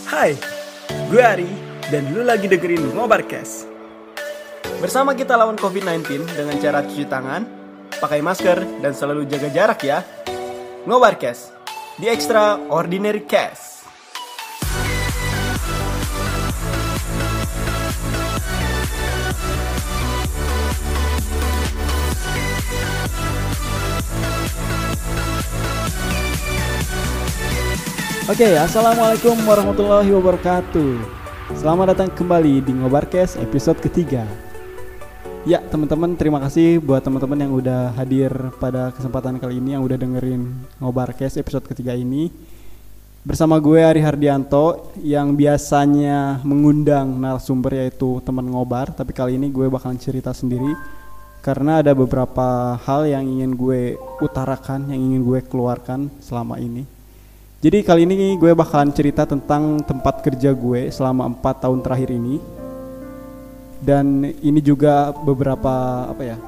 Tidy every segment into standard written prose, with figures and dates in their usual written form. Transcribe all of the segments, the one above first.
Hai, gue Ari dan lu lagi dengerin Ngobarcast. Bersama kita lawan COVID-19 dengan cara cuci tangan, pakai masker, dan selalu jaga jarak ya. Ngobarcast, The Extraordinary Cast. Oke, assalamualaikum warahmatullahi wabarakatuh. Selamat datang kembali di Ngobarcast episode ketiga. Ya teman-teman, terima kasih buat teman-teman yang udah hadir pada kesempatan kali ini, yang udah dengerin Ngobarcast episode ketiga ini. Bersama gue Ari Hardianto, yang biasanya mengundang narasumber yaitu teman ngobar, tapi kali ini gue bakalan cerita sendiri karena ada beberapa hal yang ingin gue utarakan, yang ingin gue keluarkan selama ini. Jadi kali ini gue bakalan cerita tentang tempat kerja gue selama 4 tahun terakhir ini. Dan ini juga beberapa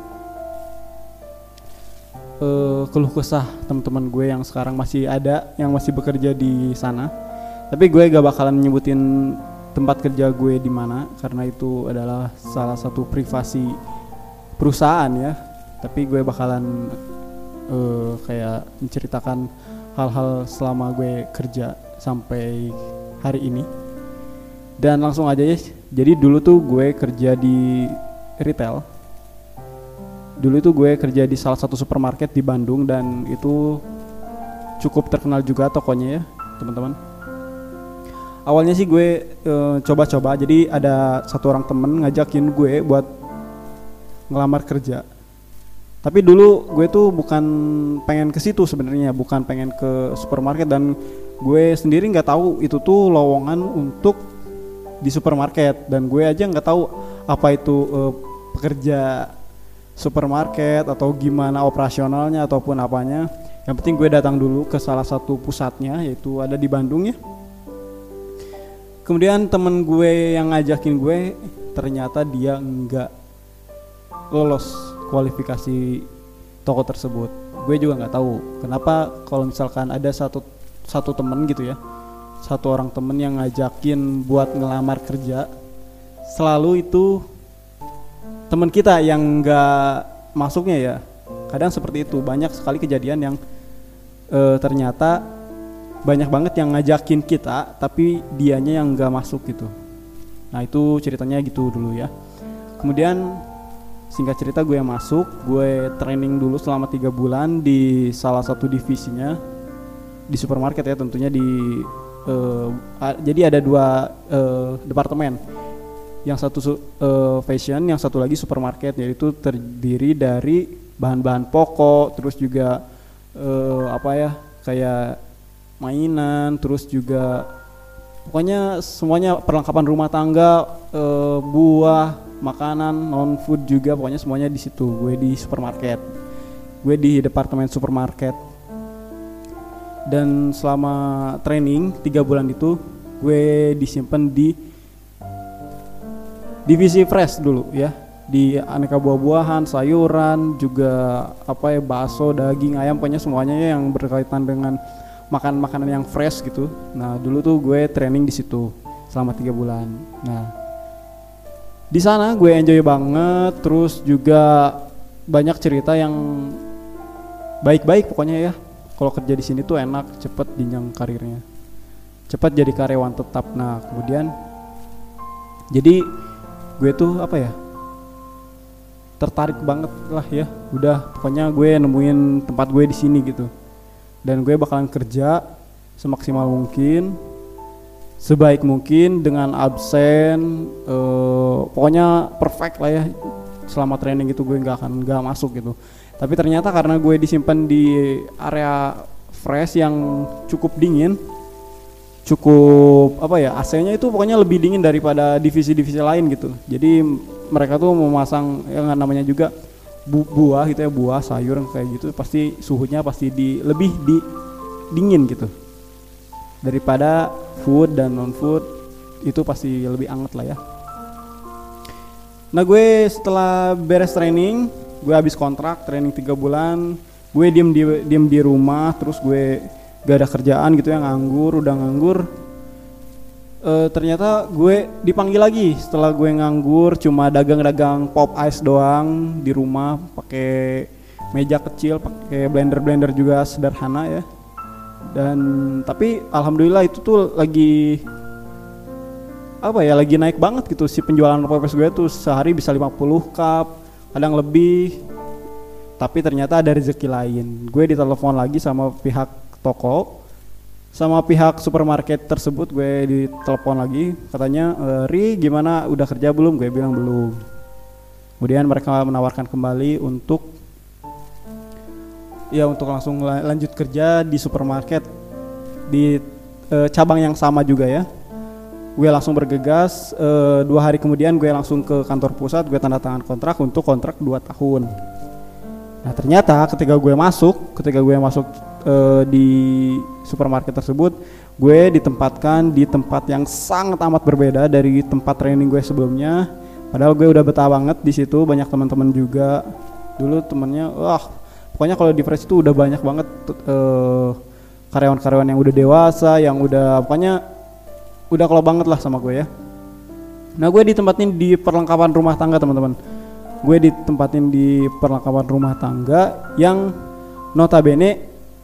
keluh kesah teman-teman gue yang sekarang masih ada, yang masih bekerja di sana. Tapi gue gak bakalan nyebutin tempat kerja gue di mana karena itu adalah salah satu privasi perusahaan ya. Tapi gue bakalan kayak menceritakan hal-hal selama gue kerja sampai hari ini. Dan langsung aja ya. Jadi dulu tuh gue kerja di retail. Dulu tuh gue kerja di salah satu supermarket di Bandung, dan itu cukup terkenal juga tokonya ya teman-teman. Awalnya sih gue coba-coba. Jadi ada satu orang temen ngajakin gue buat ngelamar kerja. Tapi dulu gue tuh bukan pengen ke situ sebenarnya, bukan pengen ke supermarket, dan gue sendiri nggak tahu itu tuh lowongan untuk di supermarket, dan gue aja nggak tahu apa itu pekerja supermarket atau gimana operasionalnya ataupun apanya. Yang penting gue datang dulu ke salah satu pusatnya, yaitu ada di Bandung ya. Kemudian temen gue yang ngajakin gue, ternyata dia nggak lolos kualifikasi toko tersebut. Gue juga nggak tahu kenapa. Kalau misalkan ada satu temen gitu ya, satu orang temen yang ngajakin buat ngelamar kerja, selalu itu temen kita yang nggak masuknya ya. Kadang seperti itu, banyak sekali kejadian yang ternyata banyak banget yang ngajakin kita tapi dianya yang nggak masuk gitu. Nah itu ceritanya gitu dulu ya. Kemudian singkat cerita gue masuk, gue training dulu selama 3 bulan di salah satu divisinya di supermarket ya tentunya jadi ada 2 departemen. Yang satu fashion, yang satu lagi supermarket, yaitu terdiri dari bahan-bahan pokok, terus juga kayak mainan, terus juga pokoknya semuanya perlengkapan rumah tangga, buah, makanan, non food juga, pokoknya semuanya di situ. Gue di supermarket, gue di departemen supermarket. Dan selama training 3 bulan itu gue disimpan di divisi fresh dulu ya, di aneka buah-buahan, sayuran, juga bakso, daging, ayam, pokoknya semuanya yang berkaitan dengan makanan yang fresh gitu. Nah dulu tuh gue training di situ selama 3 bulan. Nah di sana gue enjoy banget, terus juga banyak cerita yang baik-baik pokoknya ya. Kalau kerja di sini tuh enak, cepet jenjang karirnya, cepet jadi karyawan tetap. Nah kemudian jadi gue tuh tertarik banget lah ya. Udah pokoknya gue nemuin tempat gue di sini gitu, dan gue bakalan kerja semaksimal mungkin, sebaik mungkin, dengan absen, pokoknya perfect lah ya. Selama training itu gue nggak masuk gitu. Tapi ternyata karena gue disimpan di area fresh yang cukup dingin, cukup AC-nya itu pokoknya lebih dingin daripada divisi-divisi lain gitu. Jadi mereka tuh memasang yang namanya juga buah gitu ya, buah, sayur kayak gitu, pasti suhunya pasti lebih dingin gitu daripada food dan non food, itu pasti lebih anget lah ya. Nah gue setelah beres training, gue habis kontrak training 3 bulan, gue diem di rumah, terus gue gak ada kerjaan gitu ya, udah nganggur. Ternyata gue dipanggil lagi setelah gue nganggur cuma dagang-dagang pop ice doang di rumah, pakai meja kecil, pakai blender juga sederhana ya. Dan tapi alhamdulillah itu tuh lagi lagi naik banget gitu si penjualan pop ice gue tuh, sehari bisa 50 cup, kadang lebih. Tapi ternyata ada rezeki lain. Gue ditelepon lagi sama pihak toko, sama pihak supermarket tersebut. Gue ditelepon lagi, katanya Ri gimana, udah kerja belum? Gue bilang belum. Kemudian mereka menawarkan kembali untuk langsung lanjut kerja di supermarket di cabang yang sama juga ya. Gue langsung bergegas, 2 hari kemudian gue langsung ke kantor pusat, gue tanda tangan kontrak untuk kontrak 2 tahun. Nah ternyata ketika gue masuk di supermarket tersebut, gue ditempatkan di tempat yang sangat amat berbeda dari tempat training gue sebelumnya. Padahal gue udah betah banget di situ, banyak teman-teman juga. Dulu temennya, pokoknya kalau di Fresh itu udah banyak banget karyawan-karyawan yang udah dewasa, yang udah kalau banget lah sama gue ya. Nah gue ditempatin di perlengkapan rumah tangga teman-teman. Gue ditempatin di perlengkapan rumah tangga yang notabene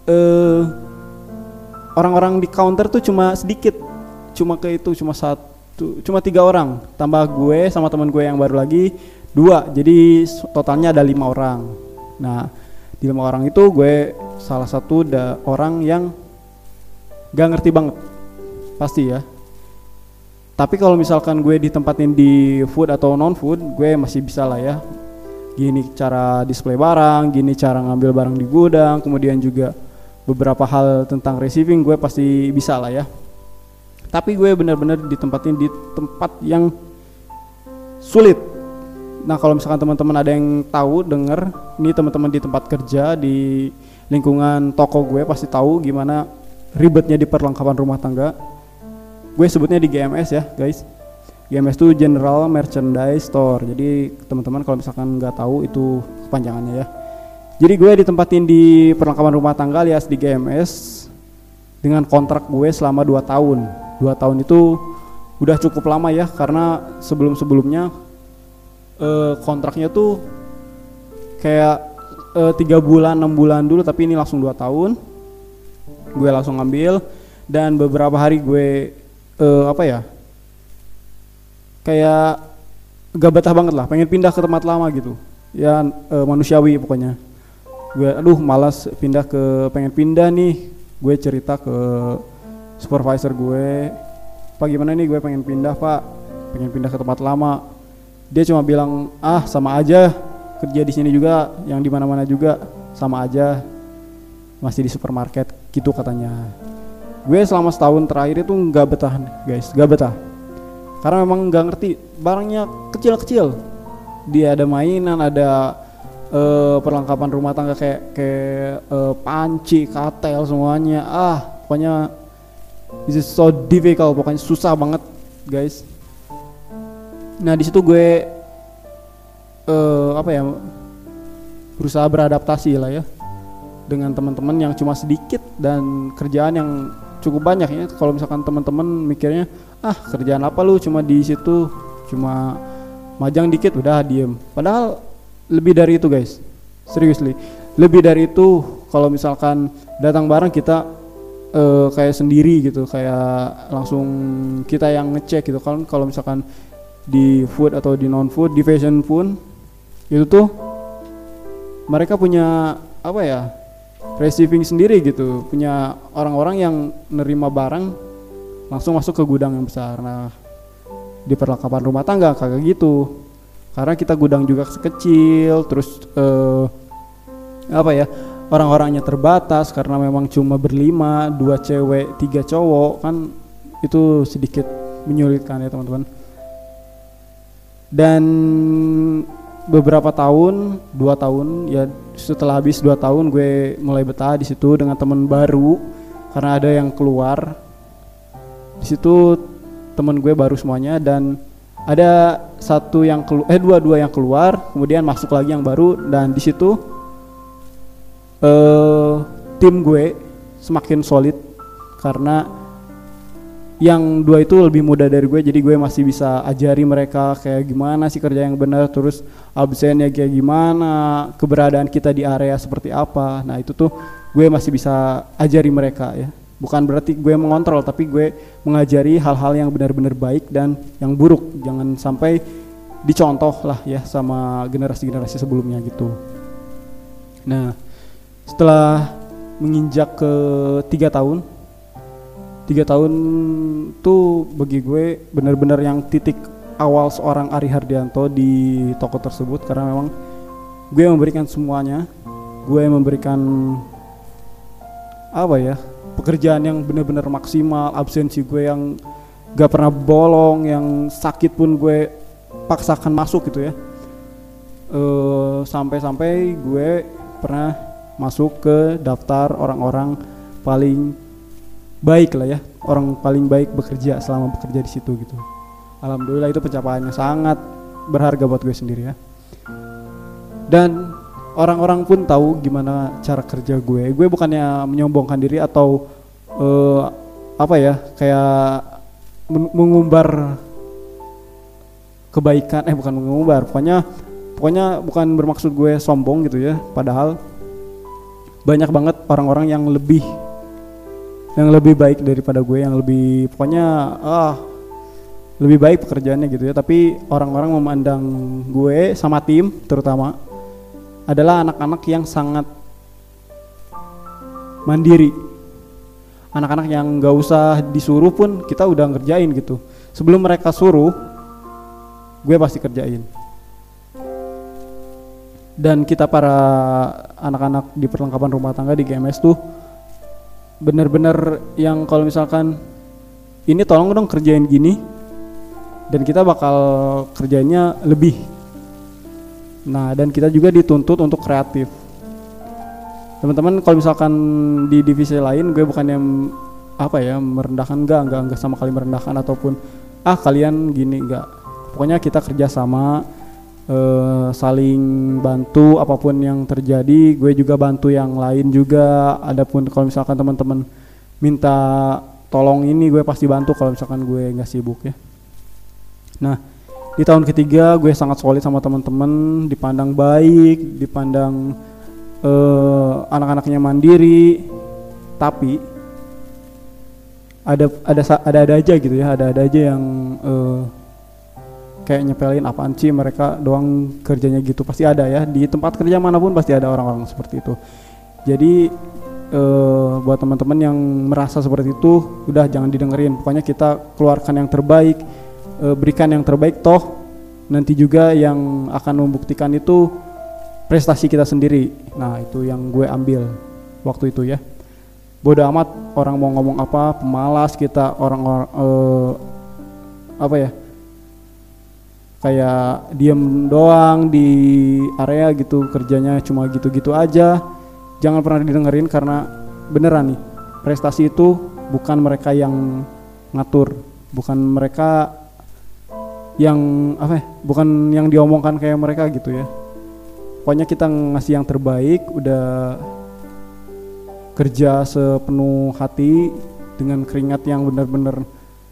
orang-orang di counter tuh cuma sedikit, cuma 3 orang, tambah gue sama teman gue yang baru lagi 2, jadi totalnya ada 5 orang. Nah di 5 orang itu gue salah satu orang yang gak ngerti banget pasti ya. Tapi kalau misalkan gue ditempatin di food atau non food, gue masih bisa lah ya. Gini cara display barang, gini cara ngambil barang di gudang, kemudian juga beberapa hal tentang receiving gue pasti bisa lah ya. Tapi gue benar-benar ditempatin di tempat yang sulit. Nah kalau misalkan teman-teman ada yang tahu, denger, ini teman-teman di tempat kerja di lingkungan toko gue pasti tahu gimana ribetnya di perlengkapan rumah tangga. Gue sebutnya di GMS ya guys. GMS itu General Merchandise Store. Jadi teman-teman kalau misalkan nggak tahu itu kepanjangannya ya. Jadi gue ditempatin di perlengkapan rumah tangga alias di GMS dengan kontrak gue selama 2 tahun. 2 tahun itu udah cukup lama ya, karena sebelum-sebelumnya kontraknya tuh kayak 3 bulan 6 bulan dulu, tapi ini langsung 2 tahun. Gue langsung ngambil dan beberapa hari gue kayak gak betah banget lah, pengen pindah ke tempat lama gitu ya, manusiawi pokoknya. Gue malas pengen pindah nih. Gue cerita ke supervisor gue, Pak gimana nih, gue pengen pindah ke tempat lama. Dia cuma bilang sama aja, kerja di sini juga, yang di mana-mana juga sama aja, masih di supermarket gitu katanya. Gue selama setahun terakhir itu nggak betah guys, nggak betah, karena memang nggak ngerti, barangnya kecil-kecil, dia ada mainan, ada perlengkapan rumah tangga kayak panci, katel semuanya, pokoknya this is so difficult, pokoknya susah banget guys. Nah di situ gue berusaha beradaptasi lah ya dengan teman-teman yang cuma sedikit dan kerjaan yang cukup banyak ya. Kalau misalkan teman-teman mikirnya kerjaan apa lu, cuma di situ cuma majang dikit udah diem, padahal lebih dari itu guys, seriously lebih dari itu. Kalau misalkan datang barang kita kayak sendiri gitu, kayak langsung kita yang ngecek gitu kan. Kalau misalkan di food atau di non food, di fashion pun itu tuh mereka punya receiving sendiri gitu, punya orang-orang yang nerima barang langsung masuk ke gudang yang besar. Nah di perlengkapan rumah tangga kagak gitu, karena kita gudang juga kecil, terus orang-orangnya terbatas karena memang cuma berlima, 2 cewek 3 cowok kan, itu sedikit menyulitkan ya teman-teman. Dan beberapa tahun, 2 tahun ya, setelah habis 2 tahun gue mulai betah di situ dengan teman baru karena ada yang keluar. Di situ teman gue baru semuanya, dan ada dua yang keluar, kemudian masuk lagi yang baru, dan di situ tim gue semakin solid karena yang dua itu lebih muda dari gue, jadi gue masih bisa ajari mereka kayak gimana sih kerja yang benar, terus absennya kayak gimana, keberadaan kita di area seperti apa. Nah itu tuh gue masih bisa ajari mereka ya. Bukan berarti gue mengontrol, tapi gue mengajari hal-hal yang benar-benar baik dan yang buruk. Jangan sampai dicontoh lah ya sama generasi-generasi sebelumnya gitu. Nah setelah menginjak ke 3 tahun tuh bagi gue benar-benar yang titik awal seorang Ari Hardianto di toko tersebut, karena memang gue memberikan semuanya, gue memberikan apa ya, pekerjaan yang benar-benar maksimal, absensi gue yang gak pernah bolong, yang sakit pun gue paksakan masuk gitu ya. Sampai-sampai gue pernah masuk ke daftar orang-orang paling baik lah ya, orang paling baik bekerja selama bekerja di situ gitu. Alhamdulillah itu pencapaiannya sangat berharga buat gue sendiri ya. Dan orang-orang pun tahu gimana cara kerja gue. Gue bukannya menyombongkan diri atau apa ya, kayak mengumbar kebaikan, bukan mengumbar, pokoknya bukan bermaksud gue sombong gitu ya. Padahal banyak banget orang-orang yang lebih baik daripada gue, yang lebih lebih baik pekerjaannya gitu ya. Tapi orang-orang memandang gue sama tim terutama adalah anak-anak yang sangat mandiri, anak-anak yang gak usah disuruh pun kita udah ngerjain gitu. Sebelum mereka suruh, gue pasti kerjain. Dan kita para anak-anak di perlengkapan rumah tangga di GMS tuh bener-bener yang kalau misalkan ini tolong dong kerjain gini, dan kita bakal kerjainnya lebih. Nah dan kita juga dituntut untuk kreatif. Teman-teman kalau misalkan di divisi lain, gue bukannya merendahkan, enggak sama kali merendahkan ataupun kalian gini, enggak. Pokoknya kita kerja sama, saling bantu apapun yang terjadi. Gue juga bantu yang lain juga. Adapun kalau misalkan teman-teman minta tolong ini, gue pasti bantu kalau misalkan gue nggak sibuk ya. Nah di tahun ketiga gue sangat solid sama teman-teman, dipandang baik, dipandang anak-anaknya mandiri. Tapi ada aja gitu ya, ada aja yang kayak nyepelin, apaan sih mereka doang kerjanya gitu. Pasti ada ya, di tempat kerja manapun pasti ada orang-orang seperti itu. Jadi buat teman-teman yang merasa seperti itu, udah jangan didengerin. Pokoknya kita keluarkan yang terbaik, berikan yang terbaik, toh nanti juga yang akan membuktikan itu prestasi kita sendiri. Nah itu yang gue ambil waktu itu ya. Bodoh amat orang mau ngomong apa, pemalas kita, orang kayak diem doang di area gitu, kerjanya cuma gitu-gitu aja. Jangan pernah didengerin, karena beneran nih, prestasi itu bukan mereka yang ngatur, bukan mereka yang bukan yang diomongkan kayak mereka gitu ya. Pokoknya kita ngasih yang terbaik, udah kerja sepenuh hati dengan keringat yang benar-benar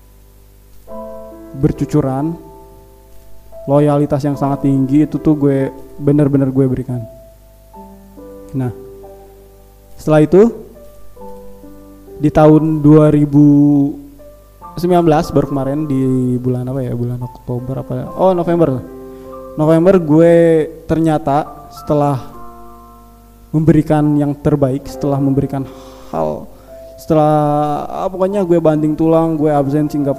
bercucuran, loyalitas yang sangat tinggi, itu tuh gue benar-benar gue berikan. Nah setelah itu di tahun 2019 baru kemarin di bulan bulan Oktober November gue ternyata setelah memberikan yang terbaik, setelah memberikan pokoknya gue banting tulang, gue absensi nggak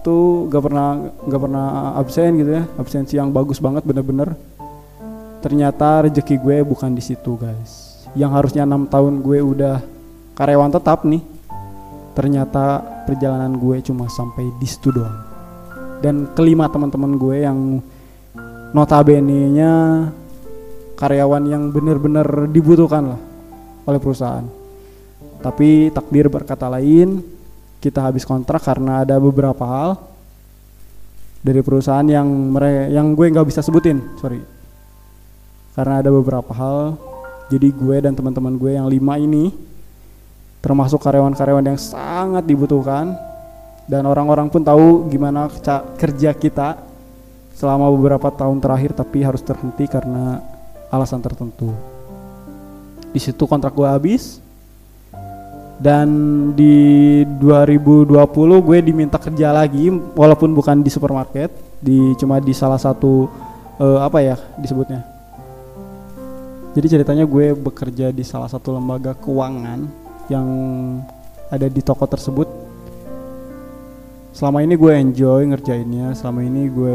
pernah absen gitu ya, absensi yang bagus banget bener-bener. Ternyata rezeki gue bukan di situ guys. Yang harusnya 6 tahun gue udah karyawan tetap nih, ternyata perjalanan gue cuma sampai di situ doang. Dan kelima teman-teman gue yang notabene-nya karyawan yang benar-benar dibutuhkan lah oleh perusahaan. Tapi takdir berkata lain, kita habis kontrak karena ada beberapa hal dari perusahaan yang gue nggak bisa sebutin, karena ada beberapa hal. Jadi gue dan teman-teman gue yang 5 ini, termasuk karyawan-karyawan yang sangat dibutuhkan, Dan orang-orang pun tahu gimana kerja kita selama beberapa tahun terakhir, tapi harus terhenti karena alasan tertentu. Di situ kontrak gue habis. Dan di 2020 gue diminta kerja lagi, walaupun bukan di supermarket, cuma di salah satu apa ya disebutnya. Jadi ceritanya gue bekerja di salah satu lembaga keuangan yang ada di toko tersebut. Selama ini gue enjoy ngerjainnya, selama ini gue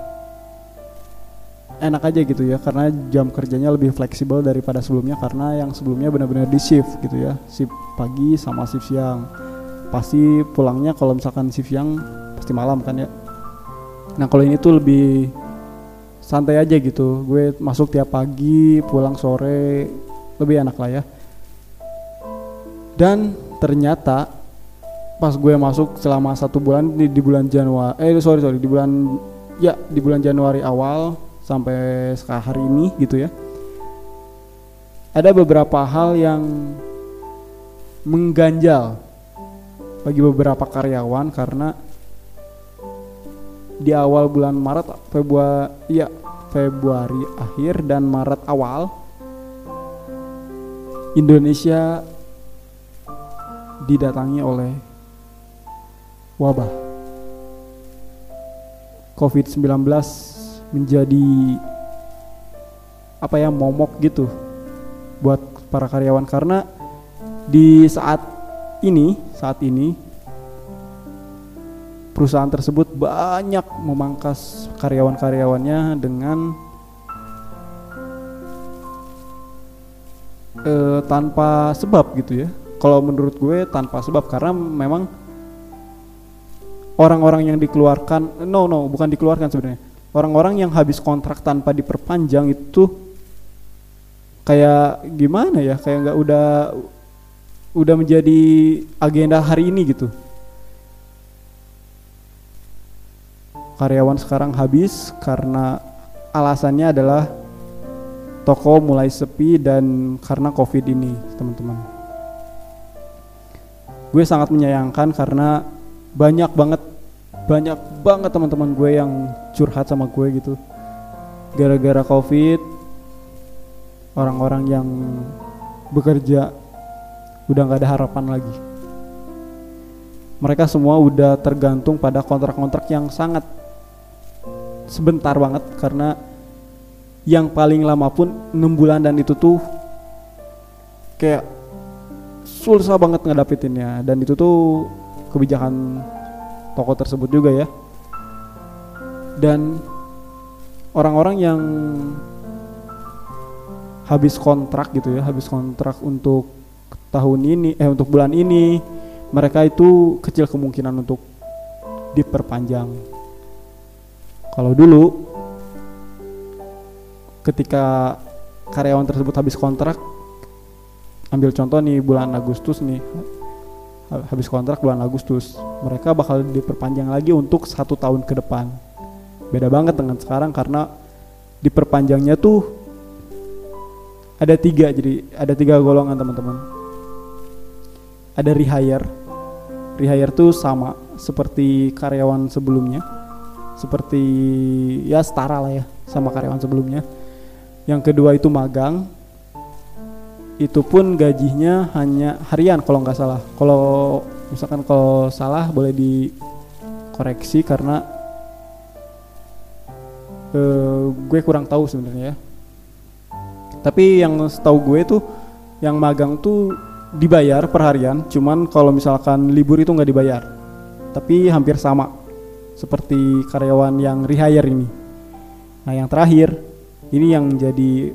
enak aja gitu ya, karena jam kerjanya lebih fleksibel daripada sebelumnya, karena yang sebelumnya benar-benar di shift gitu ya, shift pagi sama shift siang. Pasti pulangnya kalau misalkan shift siang pasti malam kan ya. Nah kalau ini tuh lebih santai aja gitu, gue masuk tiap pagi pulang sore, lebih enak lah ya. Dan ternyata pas gue masuk selama 1 bulan di bulan Januari di bulan Januari awal sampai sekarang hari ini gitu ya, ada beberapa hal yang mengganjal bagi beberapa karyawan, karena di awal bulan Maret, Februari akhir dan Maret awal, Indonesia didatangi oleh wabah COVID-19, menjadi momok gitu buat para karyawan, karena di saat ini perusahaan tersebut banyak memangkas karyawan-karyawannya dengan tanpa sebab gitu ya. Kalau menurut gue tanpa sebab, karena memang orang-orang yang dikeluarkan, bukan dikeluarkan sebenarnya. Orang-orang yang habis kontrak tanpa diperpanjang itu kayak gimana ya, kayak nggak udah menjadi agenda hari ini gitu. Karyawan sekarang habis karena alasannya adalah toko mulai sepi dan karena COVID ini, teman-teman. Gue sangat menyayangkan karena banyak banget teman-teman gue yang curhat sama gue gitu. Gara-gara COVID, orang-orang yang bekerja udah gak ada harapan lagi. Mereka semua udah tergantung pada kontrak-kontrak yang sangat sebentar banget, karena yang paling lama pun 6 bulan, dan itu tuh kayak susah banget ngedapetinnya. Dan itu tuh kebijakan toko tersebut juga ya. Dan orang-orang yang habis kontrak gitu ya, habis kontrak untuk untuk bulan ini, mereka itu kecil kemungkinan untuk diperpanjang. Kalau dulu ketika karyawan tersebut habis kontrak, ambil contoh nih bulan Agustus nih, habis kontrak bulan Agustus, mereka bakal diperpanjang lagi untuk 1 tahun ke depan. Beda banget dengan sekarang, karena diperpanjangnya tuh ada 3, jadi ada 3 golongan teman-teman. Ada rehire tuh sama seperti karyawan sebelumnya, seperti ya setara lah ya sama karyawan sebelumnya. Yang kedua itu magang, itu pun gajinya hanya harian kalau nggak salah. Kalau misalkan kalau salah boleh dikoreksi, karena gue kurang tahu sebenarnya ya. Tapi yang setahu gue tuh yang magang tuh dibayar per harian, cuman kalau misalkan libur itu nggak dibayar. Tapi hampir sama seperti karyawan yang rehire ini. Nah yang terakhir ini yang jadi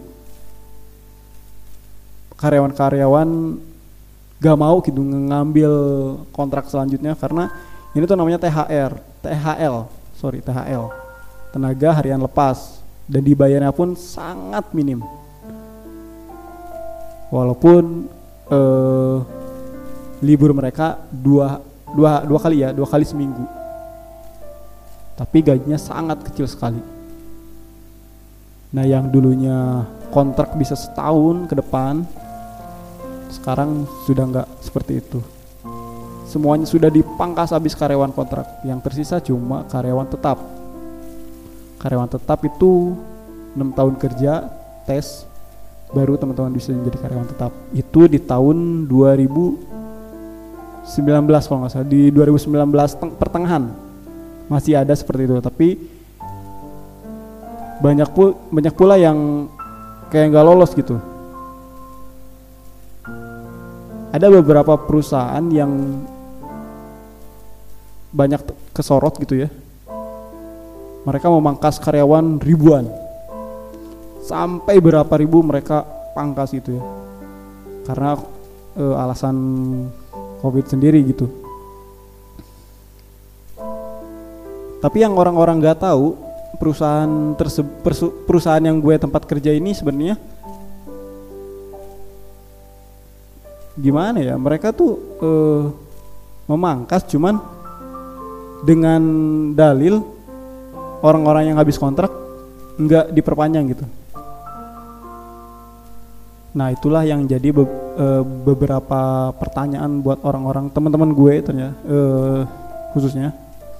karyawan-karyawan gak mau gitu ngambil kontrak selanjutnya, karena ini tuh namanya THL, tenaga harian lepas, dan dibayarnya pun sangat minim. Walaupun libur mereka dua kali seminggu, tapi gajinya sangat kecil sekali. Nah yang dulunya kontrak bisa setahun ke depan, sekarang sudah nggak seperti itu. semuanya sudah dipangkas habis karyawan kontrak. Yang tersisa cuma karyawan tetap. Karyawan tetap itu 6 tahun kerja, tes, baru teman-teman bisa menjadi karyawan tetap. Itu di tahun 2019 kalau nggak salah, di 2019 pertengahan masih ada seperti itu. Tapi banyak pula yang kayak nggak lolos gitu. Ada beberapa perusahaan yang banyak kesorot gitu ya. Mereka memangkas karyawan ribuan, sampai berapa ribu mereka pangkas gitu ya, karena alasan COVID sendiri gitu. Tapi yang orang-orang nggak tahu, perusahaan yang gue tempat kerja ini sebenarnya gimana ya, mereka tuh memangkas cuman dengan dalil orang-orang yang habis kontrak nggak diperpanjang gitu. Nah itulah yang jadi beberapa pertanyaan buat orang-orang teman-teman gue ternyata khususnya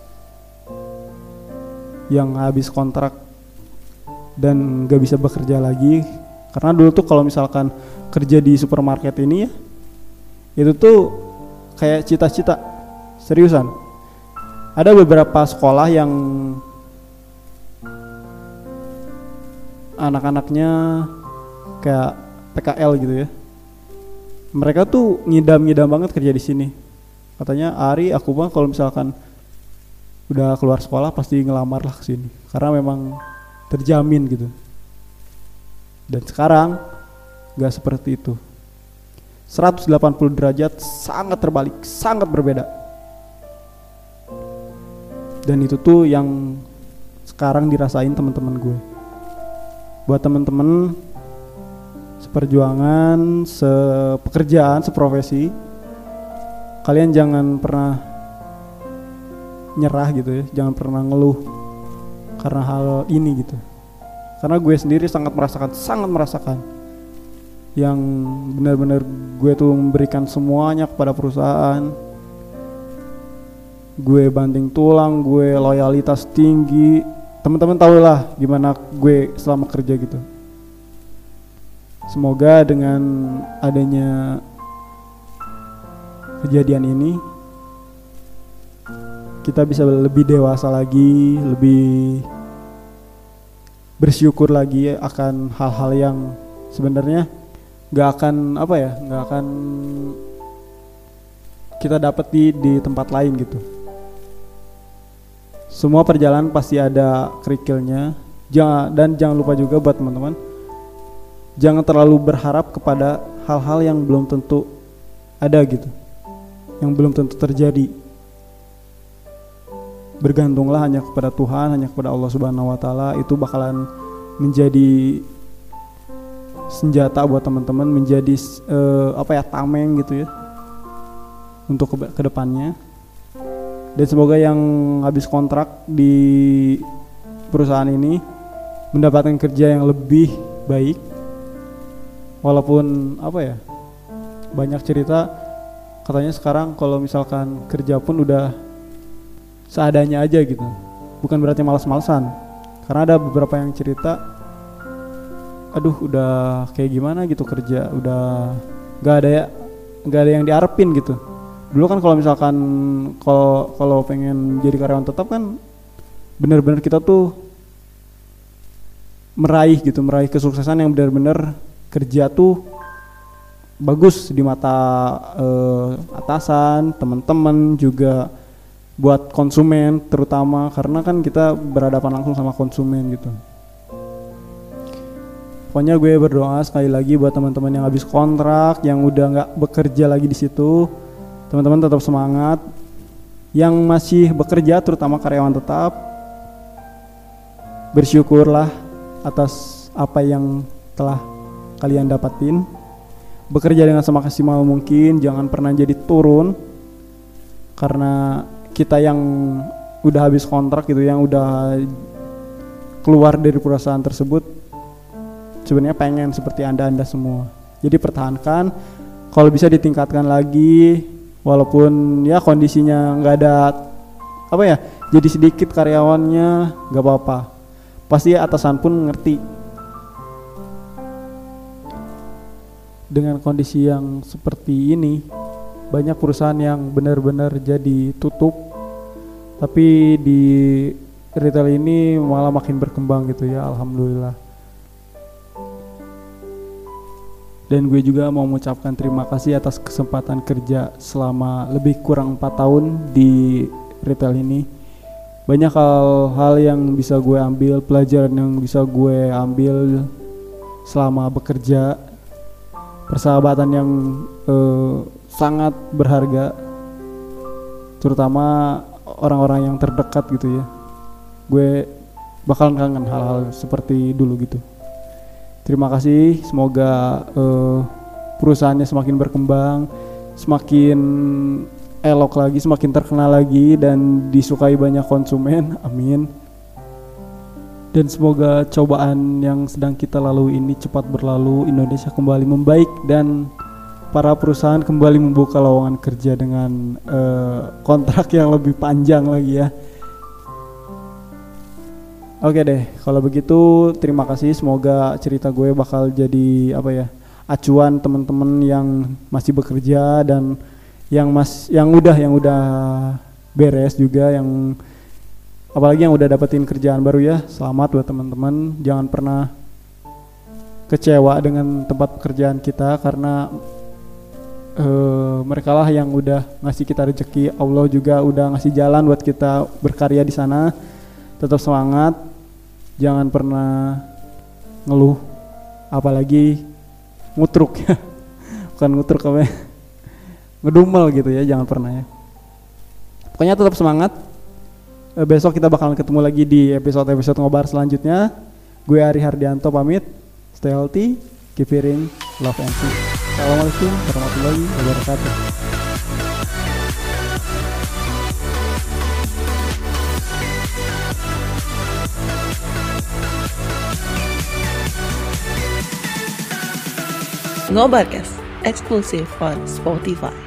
yang habis kontrak dan nggak bisa bekerja lagi. Karena dulu tuh kalau misalkan kerja di supermarket ini ya, itu tuh kayak cita-cita, seriusan. Ada beberapa sekolah yang anak-anaknya kayak PKL gitu ya, mereka tuh ngidam banget kerja di sini. Katanya, Ari, aku bang kalau misalkan udah keluar sekolah pasti ngelamar lah ke sini, karena memang terjamin gitu. Dan sekarang gak seperti itu. 180 derajat, sangat terbalik, sangat berbeda. Dan itu tuh yang sekarang dirasain teman-teman gue. Buat teman-teman seperjuangan, sepekerjaan, seprofesi, kalian jangan pernah nyerah gitu ya, jangan pernah ngeluh karena hal ini gitu. Karena gue sendiri sangat merasakan yang benar-benar gue tuh memberikan semuanya kepada perusahaan. Gue banting tulang, gue loyalitas tinggi. Teman-teman tahu lah gimana gue selama kerja gitu. Semoga dengan adanya kejadian ini kita bisa lebih dewasa lagi, lebih bersyukur lagi akan hal-hal yang sebenarnya nggak akan kita dapat di tempat lain gitu. Semua perjalanan pasti ada kerikilnya. Dan jangan lupa juga buat teman-teman, jangan terlalu berharap kepada hal-hal yang belum tentu ada gitu, yang belum tentu terjadi. Bergantunglah hanya kepada Tuhan, hanya kepada Allah Subhanahu wa Ta'ala. Itu bakalan menjadi senjata buat teman-teman, menjadi tameng gitu ya untuk kedepannya. Dan semoga yang habis kontrak di perusahaan ini mendapatkan kerja yang lebih baik. Walaupun banyak cerita katanya sekarang kalau misalkan kerja pun udah seadanya aja gitu. Bukan berarti malas-malasan. Karena ada beberapa yang cerita, aduh udah kayak gimana gitu kerja, udah gak ada yang diarepin gitu. Dulu kan kalau misalkan kalau pengen jadi karyawan tetap kan benar-benar kita tuh meraih kesuksesan yang benar-benar kerja tuh bagus di mata atasan, teman-teman, juga buat konsumen terutama, karena kan kita berhadapan langsung sama konsumen gitu. Pokoknya gue berdoa sekali lagi buat teman-teman yang habis kontrak, yang udah nggak bekerja lagi di situ. Teman-teman tetap semangat. Yang masih bekerja, terutama karyawan tetap, bersyukurlah atas apa yang telah kalian dapatin. Bekerja dengan semaksimal mungkin, jangan pernah jadi turun. Karena kita yang udah habis kontrak gitu, yang udah keluar dari perusahaan tersebut, sebenarnya pengen seperti anda semua. Jadi pertahankan, kalau bisa ditingkatkan lagi walaupun ya kondisinya nggak ada apa ya, jadi sedikit karyawannya nggak apa-apa, pasti atasan pun ngerti. Dengan kondisi yang seperti ini, banyak perusahaan yang benar-benar jadi tutup, tapi di retail ini malah makin berkembang gitu ya, alhamdulillah. Dan gue juga mau mengucapkan terima kasih atas kesempatan kerja selama lebih kurang 4 tahun di retail ini. Banyak hal-hal yang bisa gue ambil, pelajaran yang bisa gue ambil selama bekerja, persahabatan yang sangat berharga, terutama orang-orang yang terdekat gitu ya. Gue bakalan kangen hal-hal seperti dulu gitu. Terima kasih, semoga perusahaannya semakin berkembang, semakin elok lagi, semakin terkenal lagi, dan disukai banyak konsumen, amin. Dan semoga cobaan yang sedang kita lalui ini cepat berlalu, Indonesia kembali membaik, dan para perusahaan kembali membuka lowongan kerja dengan kontrak yang lebih panjang lagi ya. Oke deh, kalau begitu terima kasih. Semoga cerita gue bakal jadi apa ya, acuan teman-teman yang masih bekerja dan yang udah beres juga, yang apalagi yang udah dapetin kerjaan baru ya. Selamat buat teman-teman. Jangan pernah kecewa dengan tempat pekerjaan kita, karena mereka lah yang udah ngasih kita rezeki. Allah juga udah ngasih jalan buat kita berkarya di sana. Tetap semangat, jangan pernah ngeluh, apalagi ngutruk ya. Bukan ngutruk apa ya, ngedumel gitu ya, jangan pernah ya. Pokoknya tetap semangat. Besok kita bakalan ketemu lagi di episode ngobar selanjutnya. Gue Ari Hardianto pamit. Stay healthy, keep hearing, love and peace. Assalamualaikum warahmatullahi wabarakatuh. Ngobarcast, exclusive on Spotify.